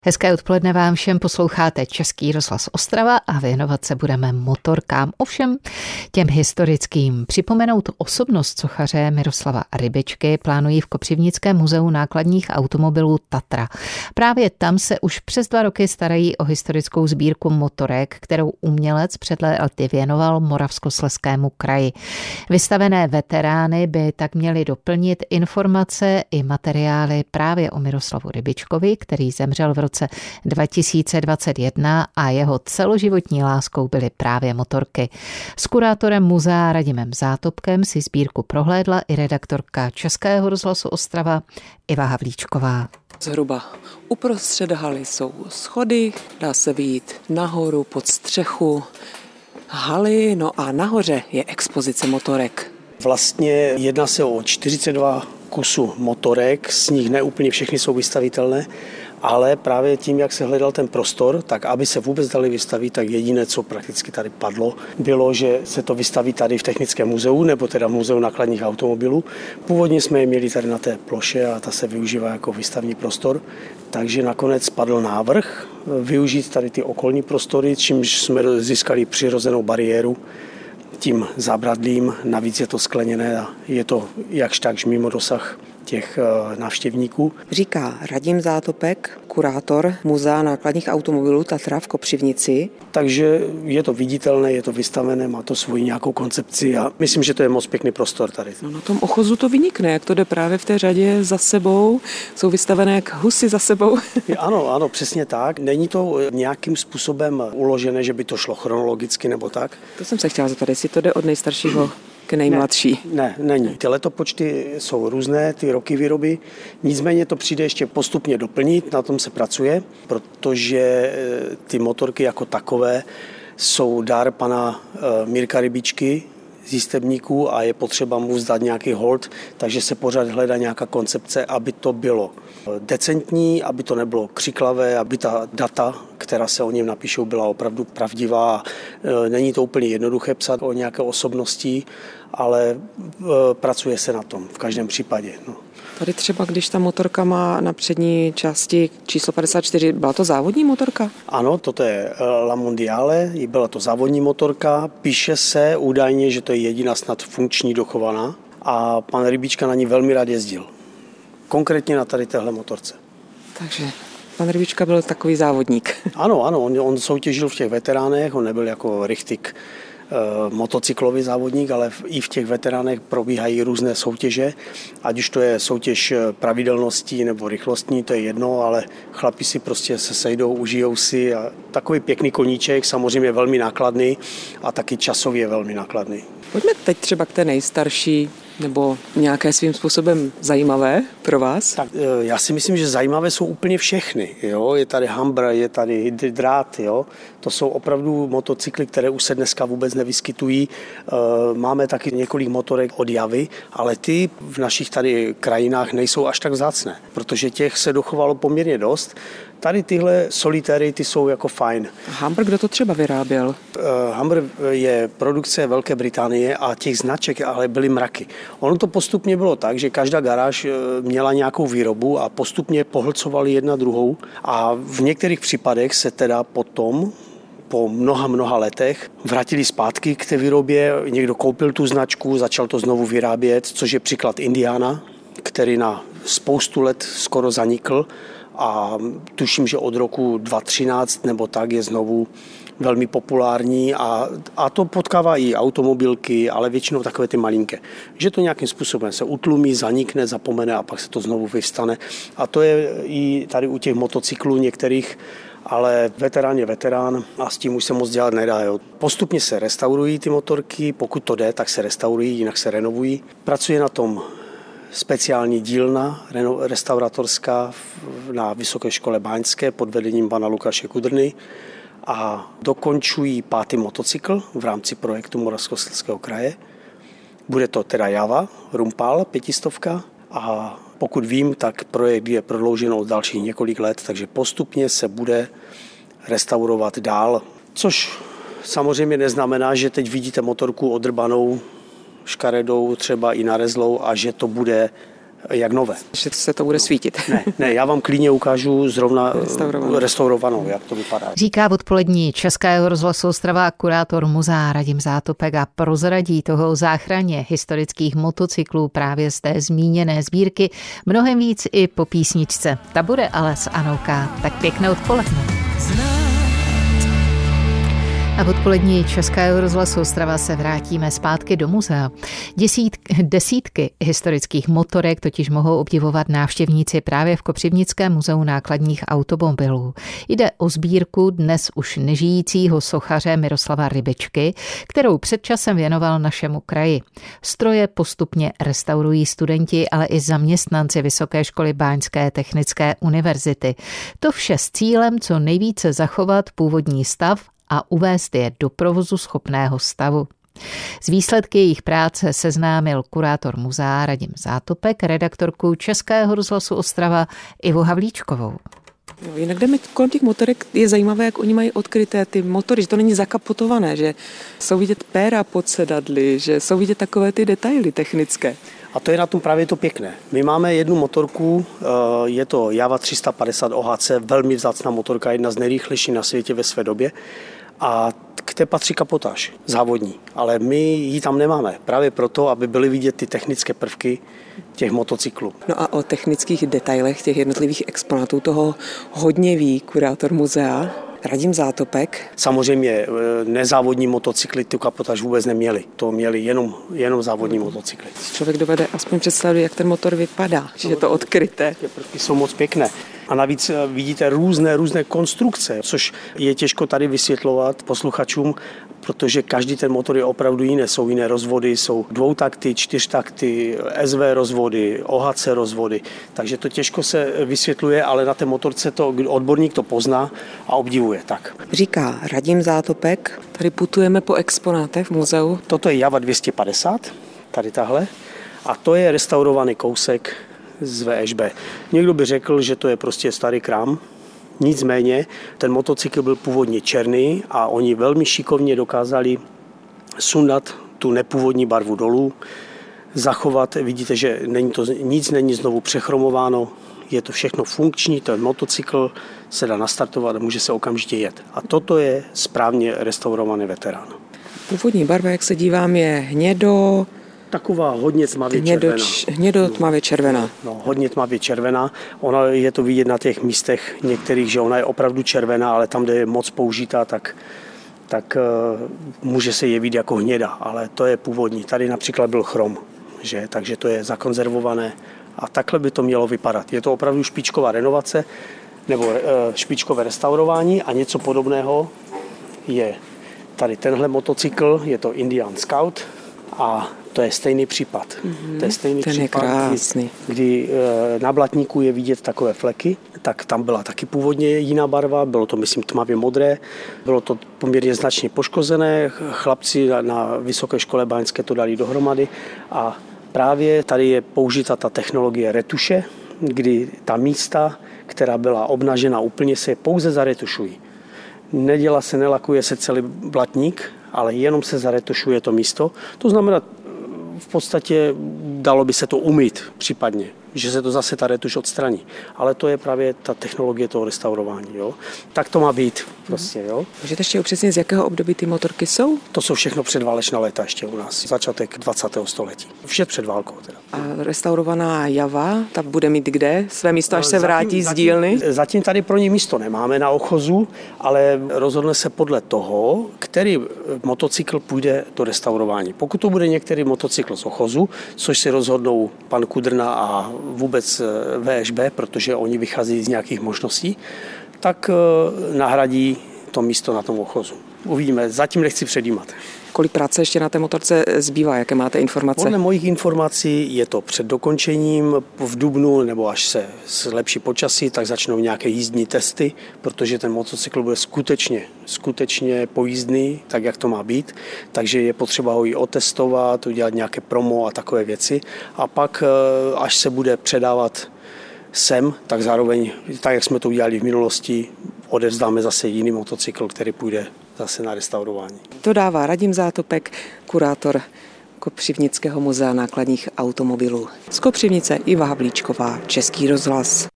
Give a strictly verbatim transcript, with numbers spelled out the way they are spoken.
Hezké odpoledne vám všem, posloucháte Český rozhlas Ostrava a věnovat se budeme motorkám, ovšem těm historickým. Připomenout osobnost sochaře Miroslava Rybičky plánují v Kopřivnickém muzeu nákladních automobilů Tatra. Právě tam se už přes dva roky starají o historickou sbírku motorek, kterou umělec před lety věnoval Moravskoslezskému kraji. Vystavené veterány by tak měly doplnit informace i materiály právě o Miroslavu Rybičkovi, který zemřel v roce dva tisíce dvacet jedna a jeho celoživotní láskou byly právě motorky. S kurátorem muzea Radimem Zátopkem si sbírku prohlédla i redaktorka Českého rozhlasu Ostrava Iva Havlíčková. Zhruba uprostřed haly jsou schody, dá se vyjít nahoru pod střechu haly, no a nahoře je expozice motorek. Vlastně jedná se o čtyřicet dva kusů motorek, z nich ne úplně všechny jsou vystavitelné, ale právě tím, jak se hledal ten prostor, tak aby se vůbec dali vystavit, tak jediné, co prakticky tady padlo, bylo, že se to vystaví tady v Technickém muzeu, nebo teda v muzeu nákladních automobilů. Původně jsme je měli tady na té ploše a ta se využívá jako výstavní prostor, takže nakonec padl návrh využít tady ty okolní prostory, čímž jsme získali přirozenou bariéru tím zábradlím, navíc je to skleněné a je to jakž takž mimo dosah těch návštěvníků. Říká Radim Zátopek, kurátor Muzea nákladních automobilů Tatra v Kopřivnici. Takže je to viditelné, je to vystavené, má to svoji nějakou koncepci a myslím, že to je moc pěkný prostor tady. No, na tom ochozu to vynikne, jak to jde právě v té řadě za sebou, jsou vystavené jak husy za sebou. Ano, ano, přesně tak. Není to nějakým způsobem uložené, že by to šlo chronologicky nebo tak. To jsem se chtěla zeptat, jestli to jde od nejstaršího k nejmladší. Ne, ne, není. Ty letopočty jsou různé, ty roky výroby, nicméně to přijde ještě postupně doplnit, na tom se pracuje, protože ty motorky jako takové jsou dar pana Mirka Rybičky z Jistebníků a je potřeba mu vzdát nějaký hold, takže se pořád hledá nějaká koncepce, aby to bylo decentní, aby to nebylo křiklavé, aby ta data, která se o něm napíšou, byla opravdu pravdivá. Není to úplně jednoduché psat o nějaké osobnosti, ale pracuje se na tom v každém případě. No. Tady třeba, když ta motorka má na přední části číslo padesát čtyři, byla to závodní motorka? Ano, toto je La Mondiale, byla to závodní motorka. Píše se údajně, že to je jediná snad funkční dochovaná a pan Rybička na ní velmi rád jezdil. Konkrétně na tady téhle motorce. Takže pan Rybička byl takový závodník. Ano, ano, on, on soutěžil v těch veteránech, on nebyl jako richtig motocyklový závodník, ale i v těch veteránech probíhají různé soutěže, ať už to je soutěž pravidelností nebo rychlostní, to je jedno, ale chlapi si prostě se sejdou, užijou si a takový pěkný koníček, samozřejmě velmi nákladný a taky časově velmi nákladný. Pojďme teď třeba k té nejstarší, nebo nějaké svým způsobem zajímavé pro vás? Tak, já si myslím, že zajímavé jsou úplně všechny. Jo? Je tady Humber, je tady Drát. Jo? To jsou opravdu motocykly, které už se dneska vůbec nevyskytují. Máme taky několik motorek od Javy, ale ty v našich tady krajinách nejsou až tak vzácné, protože těch se dochovalo poměrně dost. Tady tyhle solitéry, ty jsou jako fajn. Humber, kdo to třeba vyráběl? Uh, Humber je produkce Velké Británie a těch značek ale byly mraky. Ono to postupně bylo tak, že každá garáž měla nějakou výrobu a postupně pohlcovali jedna druhou a v některých případech se teda potom po mnoha, mnoha letech vrátili zpátky k té výrobě. Někdo koupil tu značku, začal to znovu vyrábět, což je příklad Indiana, který na spoustu let skoro zanikl. A tuším, že od roku dva tisíce třináct nebo tak je znovu velmi populární a, a to potkává i automobilky, ale většinou takové ty malinké. Že to nějakým způsobem se utlumí, zanikne, zapomene a pak se to znovu vyvstane. A to je i tady u těch motocyklů některých, ale veterán je veterán a s tím už se moc dělat nedá. Jo. Postupně se restaurují ty motorky, pokud to jde, tak se restaurují, jinak se renovují. Pracuje na tom speciální dílna restauratorská na Vysoké škole báňské pod vedením pana Lukáše Kudrny a dokončují pátý motocykl v rámci projektu Moravskoslezského kraje. Bude to teda Java, Rumpal, pětistovka a pokud vím, tak projekt je prodloužen o dalších několik let, takže postupně se bude restaurovat dál, což samozřejmě neznamená, že teď vidíte motorku odrbanou škaredou, třeba i narezlou a že to bude jak nové. Že se to bude svítit. Ne, ne, já vám klidně ukážu zrovna restaurovanou, restaurovanou jak to vypadá. Říká odpolední Českého rozhlasu Ostrava kurátor muzea Radim Zátopek a prozradí toho o záchraně historických motocyklů právě z té zmíněné sbírky mnohem víc i po písničce. Ta bude ale s Anouka. Tak pěkné odpoledne. A v odpolední Českého rozhlasu Ostrava se vrátíme zpátky do muzea. Desítky, desítky historických motorek totiž mohou obdivovat návštěvníci právě v Kopřivnickém muzeu nákladních automobilů. Jde o sbírku dnes už nežijícího sochaře Miroslava Rybečky, kterou před časem věnoval našemu kraji. Stroje postupně restaurují studenti, ale i zaměstnanci Vysoké školy Báňské technické univerzity. To vše s cílem co nejvíce zachovat původní stav a uvést je do provozu schopného stavu. Z výsledky jejich práce seznámil kurátor muzea Radim Zátopek, redaktorku Českého rozhlasu Ostrava Ivu Havlíčkovou. No, jinak jdeme kolem těch motorek, je zajímavé, jak oni mají odkryté ty motory, že to není zakapotované, že jsou vidět péra pod sedadly, že jsou vidět takové ty detaily technické. A to je na tom právě to pěkné. My máme jednu motorku, je to Java tři sta padesát O H C, velmi vzácná motorka, jedna z nejrychlejších na světě ve své době. A k té patří kapotáž závodní, ale my ji tam nemáme. Právě proto, aby byly vidět ty technické prvky těch motocyklů. No a o technických detailech těch jednotlivých exponátů toho hodně ví kurátor muzea Radim Zátopek. Samozřejmě nezávodní motocykly tu kapotáž vůbec neměli. To měli jenom, jenom závodní motocykly. Člověk dovede aspoň představit, jak ten motor vypadá, že je to odkryté. Ty prvky jsou moc pěkné. A navíc vidíte různé, různé konstrukce, což je těžko tady vysvětlovat posluchačům, protože každý ten motor je opravdu jiný. Jsou jiné rozvody, jsou dvoutakty, čtyřtakty, S V rozvody, O H C rozvody. Takže to těžko se vysvětluje, ale na té motorce to odborník to pozná a obdivuje. Tak. Říká Radim Zátopek. Tady putujeme po exponátech v muzeu. Toto je Java dvě stě padesát, tady tahle. A to je restaurovaný kousek z V Š B. Někdo by řekl, že to je prostě starý krám. Nicméně ten motocykl byl původně černý a oni velmi šikovně dokázali sundat tu nepůvodní barvu dolů, zachovat. Vidíte, že není to, nic není znovu přechromováno, je to všechno funkční, ten motocykl se dá nastartovat a může se okamžitě jet. A toto je správně restaurovaný veterán. Původní barva, jak se dívám, je hnědo, taková hodně tmavě hnědo, červená. Hnědo tmavě červená. No, hodně tmavě červená. Ona je to vidět na těch místech některých, že ona je opravdu červená, ale tam, kde je moc použitá, tak, tak uh, může se jevit jako hněda, ale to je původní. Tady například byl chrom, že? Takže to je zakonzervované a takhle by to mělo vypadat. Je to opravdu špičková renovace nebo uh, špičkové restaurování a něco podobného je tady tenhle motocykl, je to Indian Scout a to je stejný případ. Mm-hmm. To je stejný Ten případ, je krásný. kdy, kdy na blatníku je vidět takové fleky, tak tam byla taky původně jiná barva, bylo to myslím tmavě modré, bylo to poměrně značně poškozené, chlapci na, na Vysoké škole Báňské to dali dohromady a právě tady je použita ta technologie retuše, kdy ta místa, která byla obnažena úplně, se pouze zaretušují. Nedělá se, nelakuje se celý blatník, ale jenom se zaretušuje to místo. To znamená, v podstatě dalo by se to umýt případně, že se to zase ta retuš odstraní. Ale to je právě ta technologie toho restaurování. Jo? Tak to má být prostě. Jo? Můžete ještě upřesnit, z jakého období ty motorky jsou? To jsou všechno předválečná léta ještě u nás. Začátek dvacátého století. Vše před válkou. Teda. A restaurovaná Java, ta bude mít kde? Své místo, až se zatím, vrátí zatím, z dílny? Zatím tady pro ně místo nemáme na ochozu, ale rozhodne se podle toho, který motocykl půjde do restaurování. Pokud to bude některý motocykl z ochozu, což si rozhodnou pan Kudrna a vůbec V Š B, protože oni vychází z nějakých možností, tak nahradí to místo na tom ochozu. Uvidíme, zatím nechci předjímat. Kolik práce ještě na té motorce zbývá? Jaké máte informace? Podle mojich informací je to před dokončením v dubnu, nebo až se zlepší počasí, tak začnou nějaké jízdní testy, protože ten motocykl bude skutečně, skutečně pojízdný, tak jak to má být. Takže je potřeba ho i otestovat, udělat nějaké promo a takové věci. A pak, až se bude předávat sem, tak zároveň, tak jak jsme to udělali v minulosti, odevzdáme zase jiný motocykl, který půjde zase na restaurování. To dává Radim Zátopek, kurátor Kopřivnického muzea nákladních automobilů. Z Kopřivnice Iva Havlíčková, Český rozhlas.